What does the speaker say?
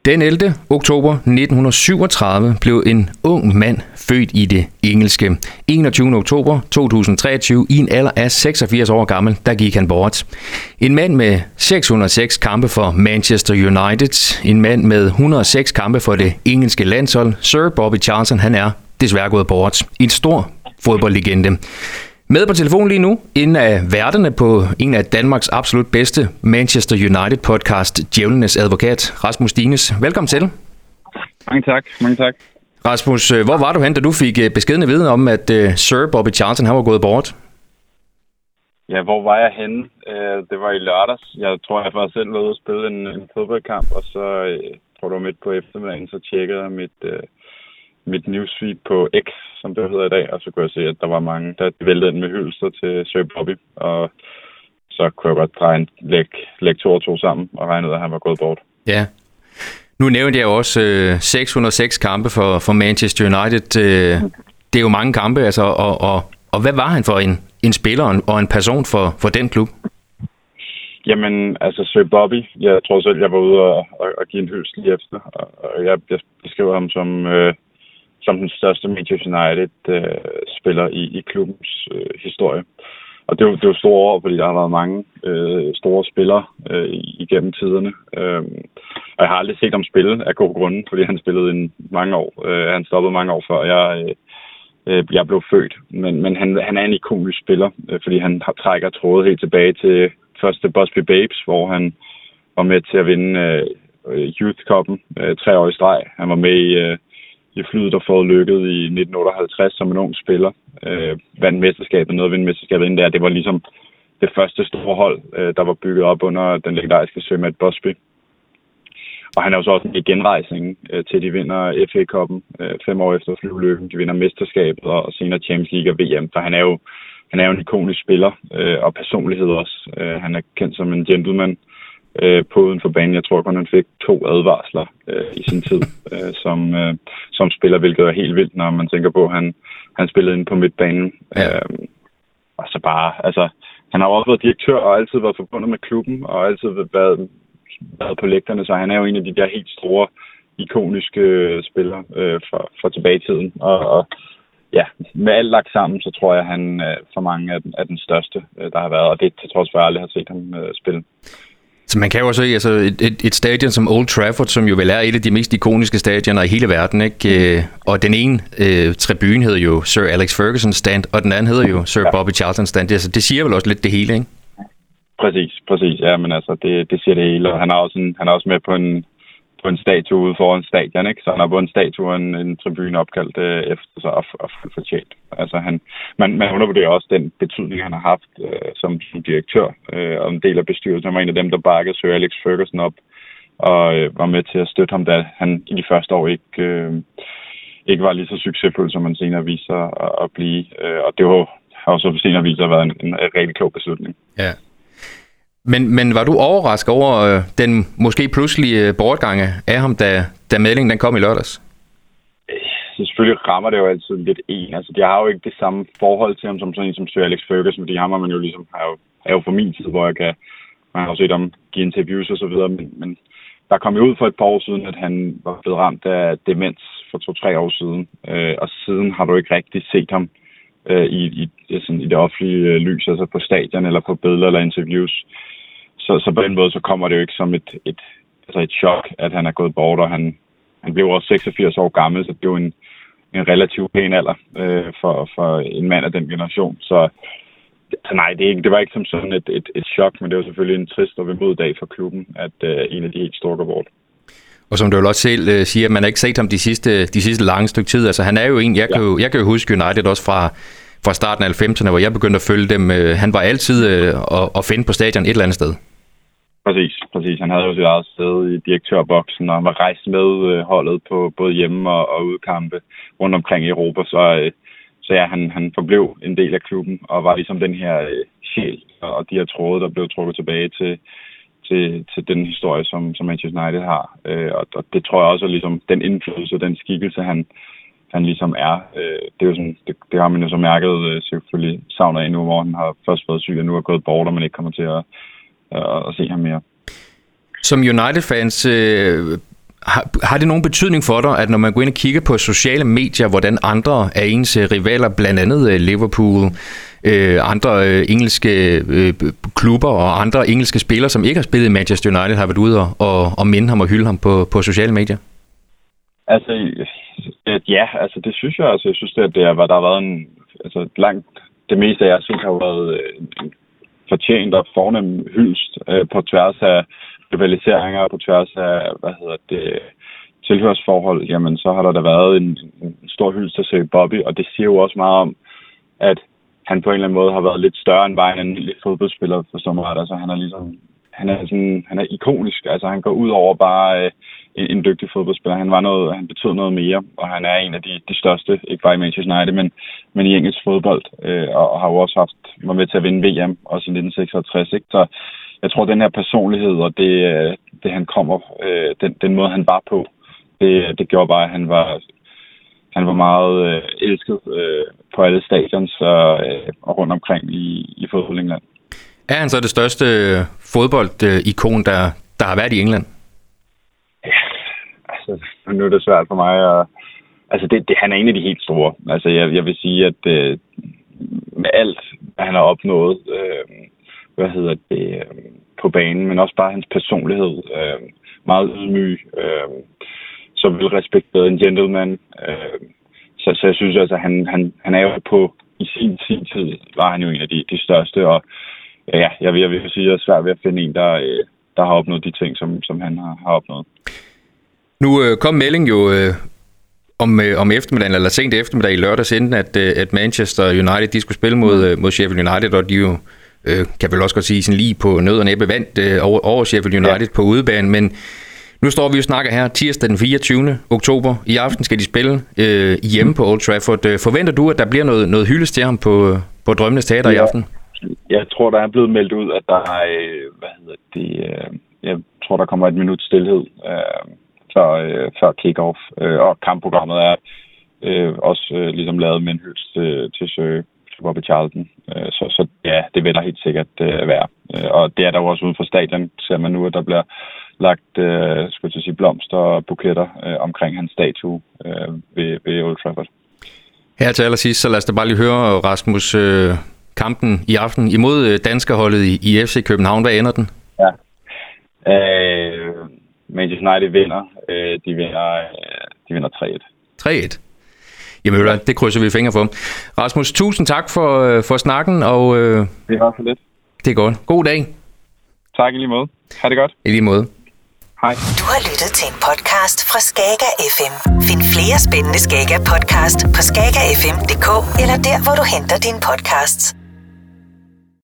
Den 11. oktober 1937 blev en ung mand født i det engelske. 21. oktober 2023, i en alder af 86 år gammel, der gik han bort. En mand med 606 kampe for Manchester United, en mand med 106 kampe for det engelske landshold, Sir Bobby Charlton, han er desværre gået bort. En stor fodboldlegende. Med på telefonen lige nu, en af værterne på en af Danmarks absolut bedste Manchester United-podcast, Djævlenes Advokat, Rasmus Dines. Velkommen til. Mange tak. Rasmus, hvor var du hen, da du fik beskedne viden om, at Sir Bobby Charlton han var gået bort? Ja, hvor var jeg henne? Det var i lørdags. Jeg tror, jeg var selv ude og spille en fodboldkamp, og så tror du midt på eftermiddagen, så tjekkede jeg mit newsfeed på X, som det hedder i dag, og så kunne jeg se, at der var mange, der væltede ind med hyldester til Sir Bobby, og så kunne jeg godt dreje lægge 2 og 2 sammen og regne ud, at han var gået bort. Ja. Nu nævnte jeg også 606 kampe for Manchester United. Det er jo mange kampe, altså, og hvad var han for en spiller og en person for den klub? Jamen, altså Sir Bobby, jeg tror selv, jeg var ude og give en hyldest lige efter, og jeg beskriver ham som den største Manchester United-spiller i klubbens historie. Og det er jo store år, fordi der har været mange store spillere igennem tiderne. Og jeg har aldrig set ham spille af gode grunde, fordi han spillede i mange år. Han stoppede mange år før jeg blev født. Men han er en ikonisk spiller, fordi han trækker trådet helt tilbage til første Busby Babes, hvor han var med til at vinde Youth Cup'en 3 år i streg. Han var med i flyet, der forlykket i 1958 som en ung spiller. Vandt mesterskabet, noget at vinde mesterskabet inden der. Det var ligesom det første store hold, der var bygget op under den legendariske Sir Matt Busby. Og han er jo så også en genrejsning til de vinder FA Cup'en 5 år efter flyulykken. De vinder mesterskabet og senere Champions League og VM. For han er jo en ikonisk spiller og personlighed også. Han er kendt som en gentleman på uden for banen. Jeg tror kun, han fik 2 advarsler i sin tid som spiller, hvilket er helt vildt, når man tænker på, at han spillede inde på midtbanen. Ja. Og så bare, altså, han har også været direktør og altid været forbundet med klubben og altid været på lægterne, så han er jo en af de der helt store, ikoniske spillere for tilbage i tiden. Og ja, med alt lagt sammen, så tror jeg, han for mange er den største, der har været, og det til trods for, at jeg aldrig har set ham spille. Så man kan jo også se, altså et stadion som Old Trafford, som jo vel er et af de mest ikoniske stadioner i hele verden, ikke? Og den ene tribune hedder jo Sir Alex Ferguson stand, og den anden hedder jo Sir Bobby Charlton stand. Det siger vel også lidt det hele, ikke? Præcis. Ja, men altså, det siger det hele, og han er også med på en statue ude foran stadion, ikke? Så han har både en statue og en tribune opkaldt efter sig og fortjent. Altså man undervurderer også den betydning, han har haft som direktør og en del af bestyrelsen. Han var en af dem, der bakkede Sir Alex Ferguson op og var med til at støtte ham, da han i de første år ikke var lige så succesfuld, som man senere viste sig at blive. Og det har også senere vist sig at være en rigtig klog beslutning. Ja. Men var du overrasket over den måske pludselige bortgang af ham, da meldingen den kom i lørdags? Selvfølgelig rammer det jo altid lidt en. Altså, de har jo ikke det samme forhold til ham som sådan en som Sir Alex Ferguson, fordi ham har man jo ligesom, er jo fra min tid, hvor man har jo set ham give interviews og så videre, men der kom jo ud for et par år siden, at han var blevet ramt af demens for 2-3 år siden, og siden har du ikke rigtig set ham i det offentlige lys, altså på stadion eller på billeder eller interviews. Så på den måde, så kommer det jo ikke som et chok, at han er gået bort, og han blev også 86 år gammel, så det er jo en relativt pæn alder for en mand af den generation. Så nej, det var ikke som sådan et chok, men det var selvfølgelig en trist og vemodig dag for klubben, at en af de helt store går bort. Og som du jo også selv siger, at man har ikke set ham de sidste lange stykke tid. Altså han er jo en, jeg kan jo huske United også fra starten af 90'erne, hvor jeg begyndte at følge dem. Han var altid at finde på stadion et eller andet sted. Præcis. Han havde jo sit eget sted i direktørboksen, og han var rejst med holdet på både hjemme og udkampe rundt omkring i Europa. Så ja, han forblev en del af klubben, og var ligesom den her sjæl og de her tråde, der blev trukket tilbage til den historie, som Manchester United har. Og det tror jeg også er ligesom den indflydelse, den skikkelse, han ligesom er. Det er jo sådan, det har man jo så mærket selvfølgelig savner af nu, hvor han har først været syg, og nu er gået bort, og man ikke kommer til at se ham mere. Som United-fans, Har det nogen betydning for dig, at når man går ind og kigger på sociale medier, hvordan andre af ens rivaler, blandt andet Liverpool, andre engelske klubber og andre engelske spillere, som ikke har spillet i Manchester United, har været ude og minde ham og hylde ham på sociale medier? Altså, ja, altså det synes jeg. Altså, jeg synes, at der har været langt det meste af jeg synes har været fortjent og fornem hyldest på tværs af rivaliseringer, på tværs af, tilhørsforhold. Jamen, så har der været en stor hyldest til Sir Bobby, og det siger jo også meget om, at han på en eller anden måde har været lidt større end bare en almindelig fodboldspiller for så meget. Altså, han er ikonisk. Altså, han går ud over bare en dygtig fodboldspiller. Han betød noget mere, og han er en af de største, ikke bare i Manchester United, men i engelsk fodbold, og har jo også var med til at vinde VM, også i 1956. Ikke? Så jeg tror, den her personlighed, og det han kommer, den måde, han var på, det gjorde bare, at han var meget elsket på alle stadions og rundt omkring i fodbold-England. Er han så det største fodboldikon, der har været i England? Ja, altså nu er det svært for mig. Han er en af de helt store. Altså jeg vil sige, at med alt, hvad han har opnået, på banen, men også bare hans personlighed, meget ydmyg, så velrespekteret, en gentleman. Så jeg synes altså, han er jo på, i sin tid, var han jo en af de største, og ja, jeg vil sige, at jeg er svært ved at finde en, der har opnået de ting, som han har opnået. Nu kom melding jo om eftermiddagen, eller sent eftermiddag i lørdags inden, at Manchester United, de skulle spille mod Sheffield United, og de jo kan vel også godt sige sådan lige på nød og næppe vandt over Sheffield United på udebane, men nu står vi og snakker her tirsdag den 24. oktober. I aften skal de spille hjemme på Old Trafford. Forventer du, at der bliver noget hyldest til ham på Drømmenes Teater i aften? Jeg tror, der er blevet meldt ud, at der er, jeg tror, der kommer et minut stilhed før kick-off. Og kampprogrammet er også ligesom lavet med en hyldest til Sir Bobby Charlton. Så ja, det vil der helt sikkert være. Og det er der jo også ude for stadion, ser man nu, at der bliver lagt blomster og buketter omkring hans statue ved Old Trafford. Her til allersidst, så lad os da bare lige høre, Rasmus, kampen i aften imod danskerholdet i FC København. Hvad ender den? Ja. Manchester United vinder. De vinder 3-1. 3-1? Jamen, det krydser vi fingre for. Rasmus, tusind tak for snakken. Og, det var så lidt. Det er godt. God dag. Tak i lige måde. Ha' det godt. I lige måde. Hej. Du har lyttet til en podcast fra Skager FM. Find flere spændende Skager podcast på skagerfm.dk eller der, hvor du henter dine podcasts.